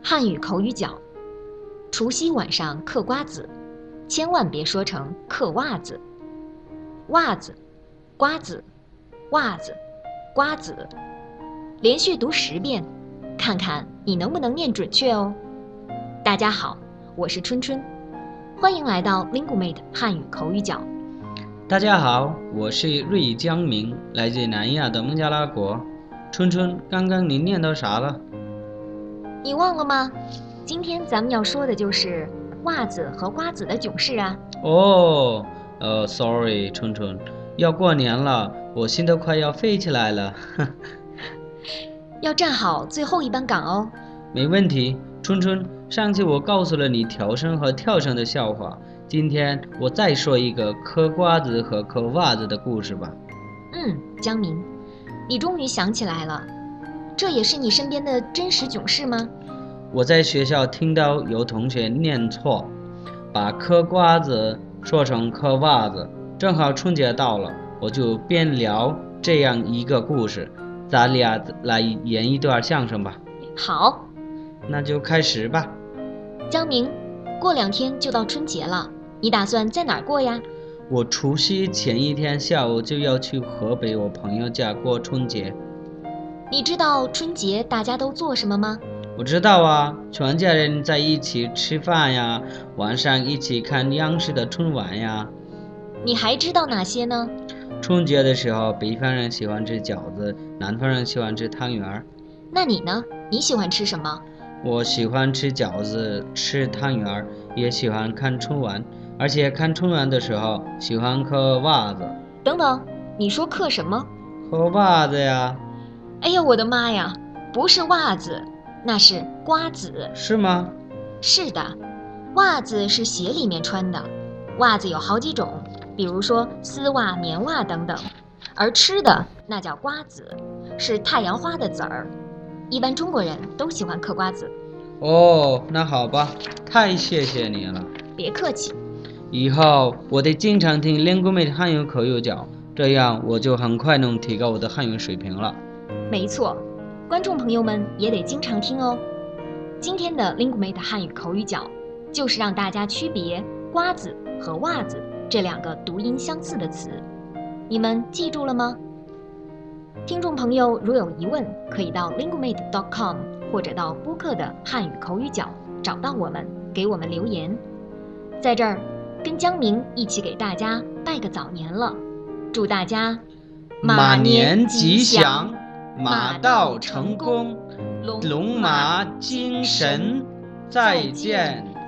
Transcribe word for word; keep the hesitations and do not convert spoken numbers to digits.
汉语口语角，除夕晚上嗑瓜子，千万别说成嗑袜子。袜子、瓜子、袜子、瓜子，连续读十遍，看看你能不能念准确哦。大家好，我是春春，欢迎来到 Linguamate 汉语口语角。 大家好，我是瑞江明，来自南亚的孟加拉国。春春，刚刚你念到啥了？ 你忘了吗？今天咱们要说的就是袜子和瓜子的囧事啊。 哦，呃 ，sorry， 春春，要过年了，我心都快要飞起来了。 要站好最后一班岗哦。 没问题，春春，上次我告诉了你调声和跳声的笑话，今天我再说一个嗑瓜子和嗑袜子的故事吧。 嗯，江明，你终于想起来了，这也是你身边的真实囧事吗？ 我在学校听到有同学念错，把嗑瓜子说成嗑袜子，正好春节到了，我就边聊这样一个故事，咱俩来演一段相声吧。 好， 那就开始吧。 江明，过两天就到春节了，你打算在哪儿过呀？ 我除夕前一天下午就要去河北我朋友家过春节。 你知道春节大家都做什么吗？ 我知道啊，全家人在一起吃饭呀，晚上一起看央视的春晚呀。 你还知道哪些呢？ 春节的时候，北方人喜欢吃饺子，南方人喜欢吃汤圆。 那你呢？你喜欢吃什么？ 我喜欢吃饺子，吃汤圆，也喜欢看春晚，而且看春晚的时候喜欢嗑袜子。 等等，你说嗑什么？ 嗑袜子呀。 哎呀，我的妈呀，不是袜子，那是瓜子。 是吗？ 是的，袜子是鞋里面穿的，袜子有好几种，比如说丝袜、棉袜等等，而吃的那叫瓜子，是太阳花的籽儿。一般中国人都喜欢嗑瓜子。 哦，那好吧，太谢谢你了。 别客气。 以后我得经常听 Linguamate 汉语口语角，这样我就很快能提高我的汉语水平了。 没错，观众朋友们也得经常听哦。今天的 Linguamate 汉语口语角就是让大家区别瓜子和袜子这两个读音相似的词，你们记住了吗？听众朋友如有疑问，可以到 linguamate dot com 或者到播客的汉语口语角找到我们，给我们留言。在这儿跟江明一起给大家拜个早年了，祝大家马年吉祥，马到成功，龙马精神，再见。